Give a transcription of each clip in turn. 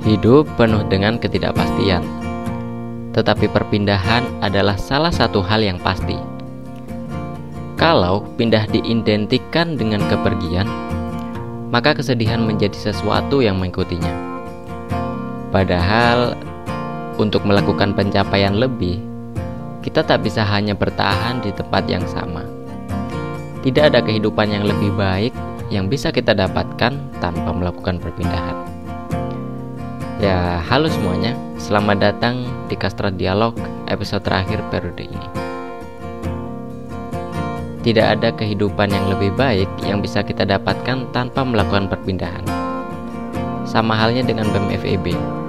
Hidup penuh dengan ketidakpastian, tetapi perpindahan adalah salah satu hal yang pasti. Kalau pindah diidentikan dengan kepergian, maka kesedihan menjadi sesuatu yang mengikutinya. Padahal, untuk melakukan pencapaian lebih, kita tak bisa hanya bertahan di tempat yang sama. Tidak ada kehidupan yang lebih baik yang bisa kita dapatkan tanpa melakukan perpindahan. Ya, halo semuanya, selamat datang di Kastrat Dialog episode terakhir periode ini. Tidak ada kehidupan yang lebih baik yang bisa kita dapatkan tanpa melakukan perpindahan. Sama halnya dengan BEM FEB.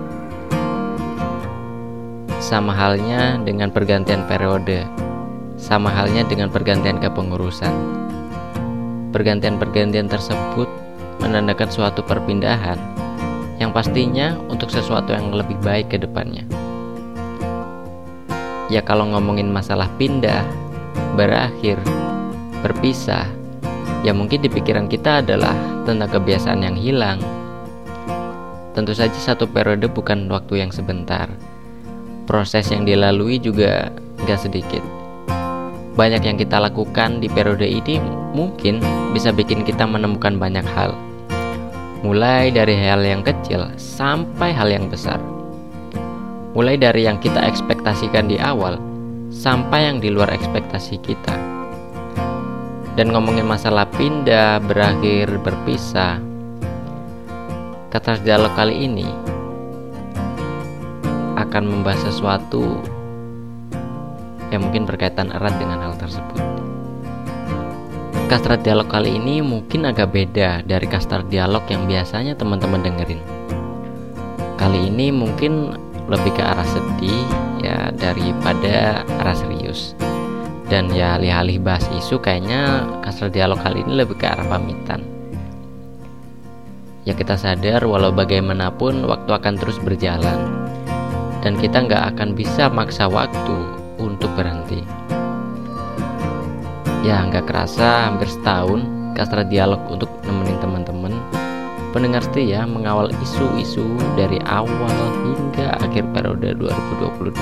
Sama halnya dengan pergantian periode. Sama halnya dengan pergantian kepengurusan. Pergantian-pergantian tersebut menandakan suatu perpindahan yang pastinya untuk sesuatu yang lebih baik ke depannya. Ya, kalau ngomongin masalah pindah, berakhir, berpisah, ya mungkin di pikiran kita adalah tentang kebiasaan yang hilang. Tentu saja satu periode bukan waktu yang sebentar. Proses yang dilalui juga gak sedikit. Banyak yang kita lakukan di periode ini mungkin bisa bikin kita menemukan banyak hal. Mulai dari hal yang kecil sampai hal yang besar. Mulai dari yang kita ekspektasikan di awal sampai yang di luar ekspektasi kita. Dan ngomongin masalah pindah, berakhir, berpisah, Kastrat Dialog kali ini akan membahas sesuatu yang mungkin berkaitan erat dengan hal tersebut. Kastrat Dialog kali ini mungkin agak beda dari Kastrat Dialog yang biasanya teman-teman dengerin. Kali ini mungkin lebih ke arah sedih ya daripada arah serius. Dan ya alih-alih bahas isu, kayaknya Kastrat Dialog kali ini lebih ke arah pamitan. Ya, kita sadar walau bagaimanapun waktu akan terus berjalan, dan kita nggak akan bisa maksa waktu untuk berhenti. Ya, nggak kerasa hampir setahun Kastrat Dialog untuk nemenin teman-teman pendengar setia mengawal isu-isu dari awal hingga akhir periode 2022.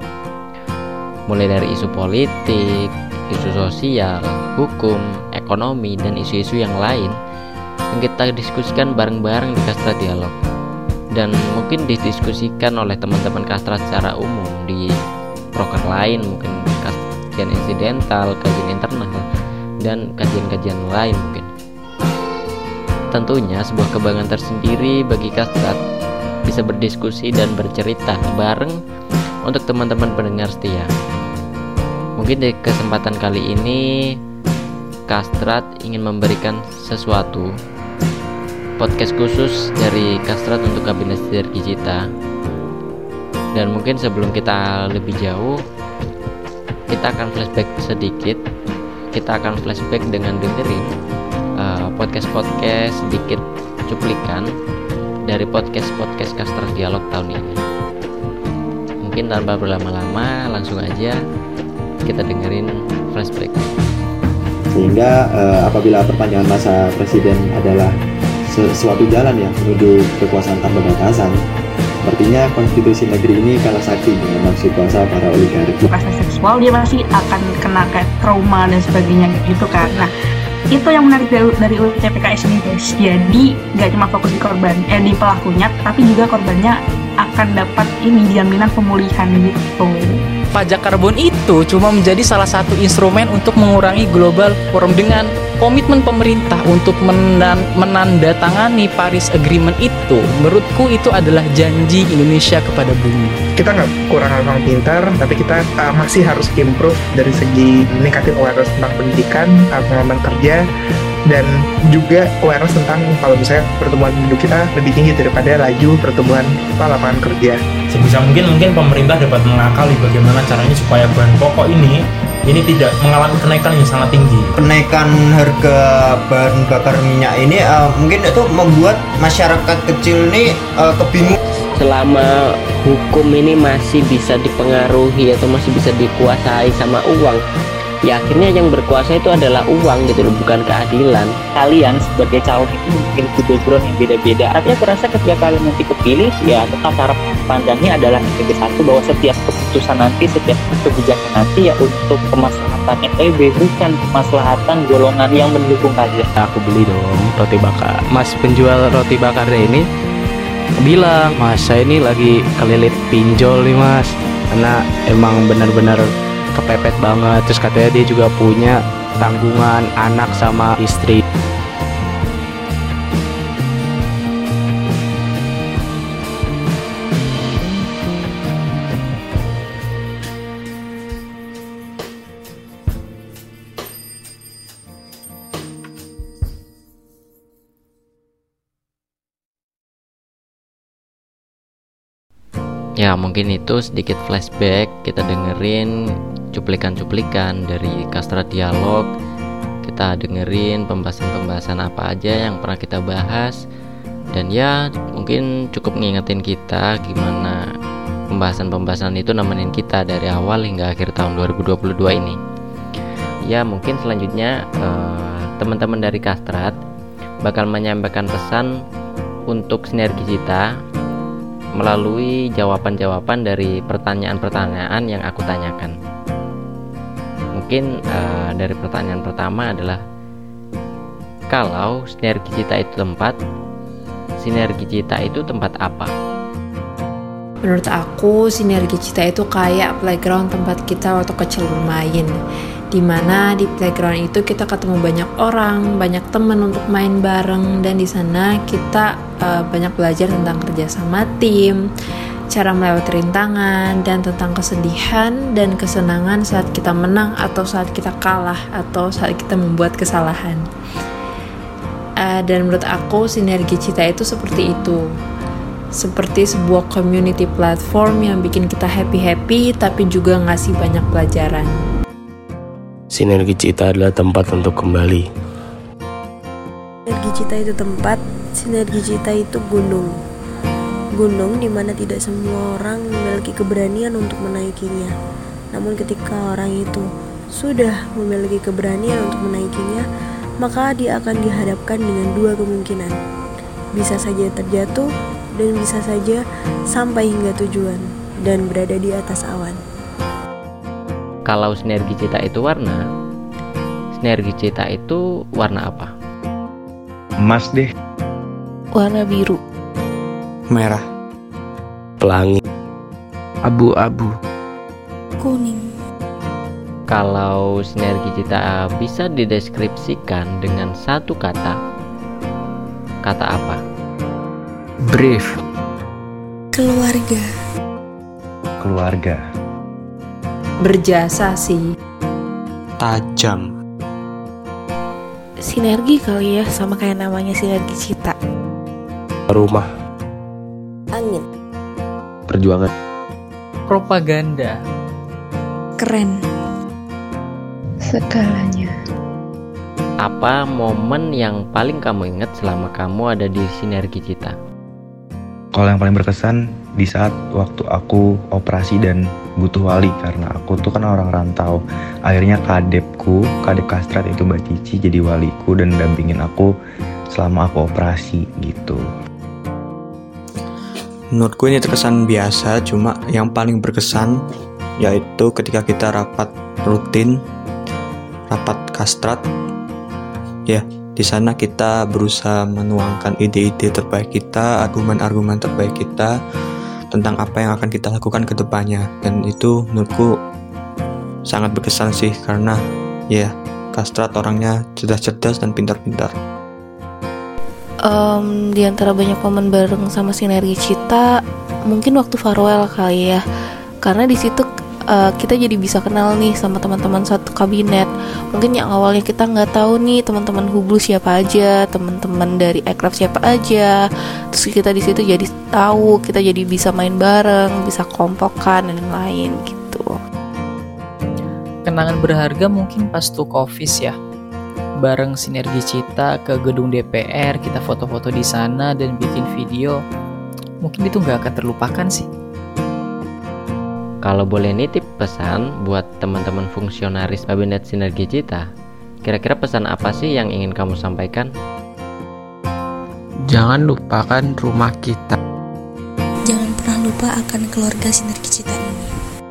Mulai dari isu politik, isu sosial, hukum, ekonomi, dan isu-isu yang lain yang kita diskusikan bareng-bareng di Kastrat Dialog, dan mungkin didiskusikan oleh teman-teman Kastrat secara umum di proker lain, mungkin kajian insidental, kajian internal, dan kajian-kajian lain mungkin. Tentunya sebuah kebanggaan tersendiri bagi Kastrat bisa berdiskusi dan bercerita bareng untuk teman-teman pendengar setia. Mungkin di kesempatan kali ini Kastrat ingin memberikan sesuatu podcast khusus dari Kastrat untuk Kabinet Sinergi Cita. Dan mungkin sebelum kita lebih jauh, kita akan flashback sedikit. Kita akan flashback dengan dengerin podcast-podcast sedikit cuplikan dari podcast-podcast Kastrat Dialog tahun ini. Mungkin tanpa berlama-lama, langsung aja kita dengerin flashback. Sehingga apabila perpanjangan masa presiden adalah suatu jalan yang menuju kekuasaan tanpa batasan, sepertinya konstitusi negeri ini kalah sakti dengan nafsu kuasa para oligarki. Kekerasan seksual dia pasti akan kena kayak trauma dan sebagainya gitu kan. Nah, itu yang menarik dari UU TPKS ini guys. Jadi nggak cuma fokus di di pelakunya, tapi juga korbannya akan dapat jaminan pemulihan gitu. Pajak karbon itu cuma menjadi salah satu instrumen untuk mengurangi global warming. Dengan komitmen pemerintah untuk menandatangani Paris Agreement itu, menurutku itu adalah janji Indonesia kepada bumi. Kita nggak kurang orang pintar, tapi kita masih harus improve dari segi meningkatin awareness tentang pendidikan, pengalaman kerja, dan juga awareness tentang kalau misalnya pertumbuhan penduduk kita lebih tinggi daripada laju pertumbuhan lapangan kerja. Sebisa mungkin pemerintah dapat mengakali bagaimana caranya supaya bahan pokok ini tidak mengalami kenaikan yang sangat tinggi. Kenaikan harga bahan bakar minyak ini mungkin itu membuat masyarakat kecil ini kebingungan. Selama hukum ini masih bisa dipengaruhi atau masih bisa dikuasai sama uang, ya akhirnya yang berkuasa itu adalah uang gitu loh, bukan keadilan. Kalian sebagai calon itu memiliki background yang beda-beda. Tapi aku rasa ketika kalian nanti kepilih, ya tetap cara pandangnya adalah sebagai satu, bahwa setiap keputusan nanti, setiap kebijakan nanti ya untuk kemaslahatan NTB, bukan kemaslahatan golongan yang mendukung kalian. Aku beli dong roti bakar. Mas penjual roti bakarnya ini bilang, "Mas, saya ini lagi kelilit pinjol nih Mas, karena emang benar-benar kepepet banget." Terus katanya dia juga punya tanggungan anak sama istri. Ya mungkin itu sedikit flashback, kita dengerin cuplikan-cuplikan dari Kastrat Dialog. Kita dengerin pembahasan-pembahasan apa aja yang pernah kita bahas. Dan ya mungkin cukup ngingetin kita gimana pembahasan-pembahasan itu nemenin kita dari awal hingga akhir tahun 2022 ini. Ya mungkin selanjutnya teman-teman dari Kastrat bakal menyampaikan pesan untuk Sinergi Cita melalui jawaban-jawaban dari pertanyaan-pertanyaan yang aku tanyakan. Mungkin dari pertanyaan pertama adalah, kalau Sinergi Cita itu tempat, Sinergi Cita itu tempat apa? Menurut aku, Sinergi Cita itu kayak playground tempat kita waktu kecil bermain, dimana di playground itu kita ketemu banyak orang, banyak teman untuk main bareng, dan di sana kita banyak belajar tentang kerjasama tim, cara melewati rintangan, dan tentang kesedihan dan kesenangan saat kita menang atau saat kita kalah atau saat kita membuat kesalahan. Dan menurut aku Sinergi Cita itu seperti itu, seperti sebuah community platform yang bikin kita happy-happy tapi juga ngasih banyak pelajaran. Sinergi Cita adalah tempat untuk kembali. Sinergi Cita itu tempat, Sinergi Cita itu gunung. Gunung di mana tidak semua orang memiliki keberanian untuk menaikinya. Namun ketika orang itu sudah memiliki keberanian untuk menaikinya, maka dia akan dihadapkan dengan dua kemungkinan. Bisa saja terjatuh dan bisa saja sampai hingga tujuan dan berada di atas awan. Kalau Sinergi Cita itu warna, Sinergi Cita itu warna apa? Emas deh. Warna biru. Merah. Pelangi. Abu-abu. Kuning. Kalau Sinergi Cita bisa dideskripsikan dengan satu kata, kata apa? Brief. Keluarga. Keluarga. Berjasa sih. Tajam. Sinergi kali ya, sama kayak namanya Sinergi Cita. Rumah. Angin. Perjuangan. Propaganda. Keren. Segalanya. Apa momen yang paling kamu ingat selama kamu ada di Sinergi Cita? Kalau yang paling berkesan di saat waktu aku operasi dan butuh wali, karena aku tuh kan orang rantau. Akhirnya kadep Kastrat itu Mbak Cici jadi waliku dan dampingin aku selama aku operasi gitu. Menurutku ini terkesan biasa, cuma yang paling berkesan yaitu ketika kita rapat rutin, rapat Kastrat. Ya, di sana kita berusaha menuangkan ide-ide terbaik kita, argumen-argumen terbaik kita tentang apa yang akan kita lakukan ke depannya. Dan itu menurutku sangat berkesan sih, karena ya Kastrat orangnya cerdas-cerdas dan pintar-pintar. Di antara banyak momen bareng sama Sinergi Cita, mungkin waktu farewell kali ya, karena di situ kita jadi bisa kenal nih sama teman-teman satu kabinet. Mungkin yang awalnya kita nggak tahu nih teman-teman Hublu siapa aja, teman-teman dari Aircraft siapa aja. Terus kita di situ jadi tahu, kita jadi bisa main bareng, bisa kompokan dan lain gitu. Kenangan berharga mungkin pas tuh office ya, bareng Sinergi Cita ke gedung DPR, kita foto-foto di sana dan bikin video. Mungkin itu nggak akan terlupakan sih. Kalau boleh nitip pesan buat teman-teman fungsionaris Kabinet Sinergi Cita, kira-kira pesan apa sih yang ingin kamu sampaikan? Jangan lupakan rumah kita. Jangan pernah lupa akan keluarga Sinergi Cita ini.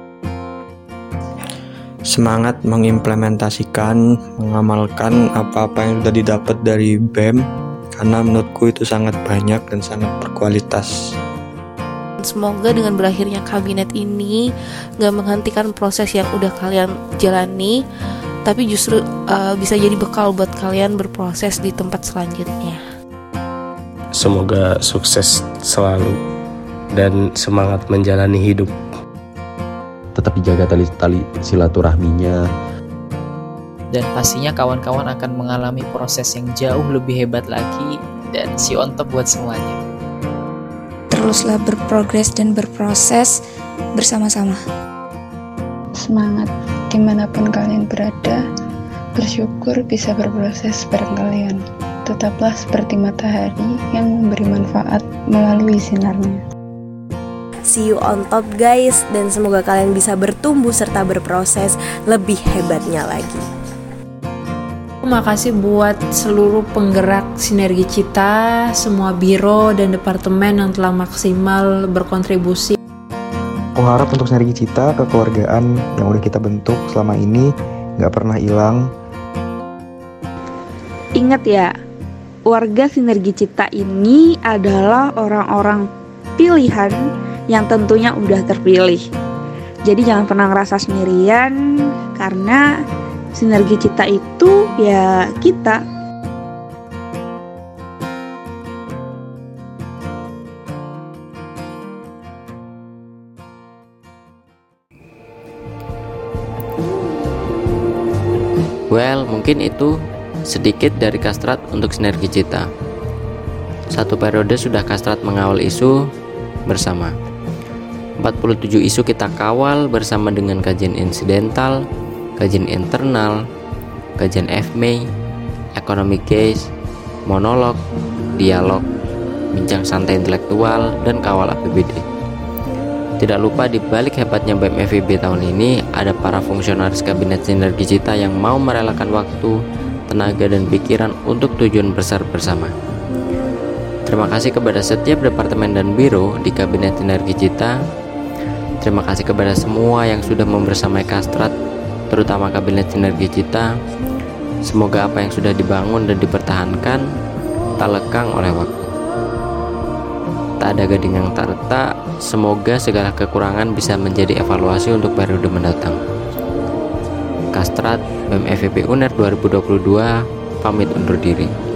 Semangat mengimplementasikan, mengamalkan apa-apa yang sudah didapat dari BEM, karena menurutku itu sangat banyak dan sangat berkualitas. Semoga dengan berakhirnya kabinet ini gak menghentikan proses yang udah kalian jalani, tapi justru bisa jadi bekal buat kalian berproses di tempat selanjutnya. Semoga sukses selalu dan semangat menjalani hidup. Tetap dijaga tali silaturahminya. Dan pastinya kawan-kawan akan mengalami proses yang jauh lebih hebat lagi, dan see on top buat semuanya. Teruslah berprogres dan berproses bersama-sama. Semangat dimanapun kalian berada, bersyukur bisa berproses bareng kalian. Tetaplah seperti matahari yang memberi manfaat melalui sinarnya. See you on top guys, dan semoga kalian bisa bertumbuh serta berproses lebih hebatnya lagi. Terima kasih buat seluruh penggerak Sinergi Cita, semua biro dan departemen yang telah maksimal berkontribusi. Aku harap untuk Sinergi Cita, kekeluargaan yang udah kita bentuk selama ini gak pernah hilang. Ingat ya, warga Sinergi Cita ini adalah orang-orang pilihan yang tentunya udah terpilih. Jadi jangan pernah ngerasa sendirian, karena Sinergi Cita itu ya kita. Well, mungkin itu sedikit dari Kastrat untuk Sinergi Cita. 1 periode sudah Kastrat mengawal isu bersama. 47 isu kita kawal bersama dengan kajian insidental, kajian internal, kajian FMEI, economic case, monolog, dialog, bincang santai intelektual, dan kawal APBD. Tidak lupa di balik hebatnya BEM FEB tahun ini ada para fungsionaris Kabinet Sinergi Cita yang mau merelakan waktu, tenaga, dan pikiran untuk tujuan besar bersama. Terima kasih kepada setiap departemen dan biro di Kabinet Sinergi Cita. Terima kasih kepada semua yang sudah membersamai Kastrat, terutama Kabinet Sinergi Cita. Semoga apa yang sudah dibangun dan dipertahankan tak lekang oleh waktu. Tak ada gading yang tak retak. Semoga segala kekurangan bisa menjadi evaluasi untuk periode mendatang. Kastrat BEM FEB UNER 2022 pamit undur diri.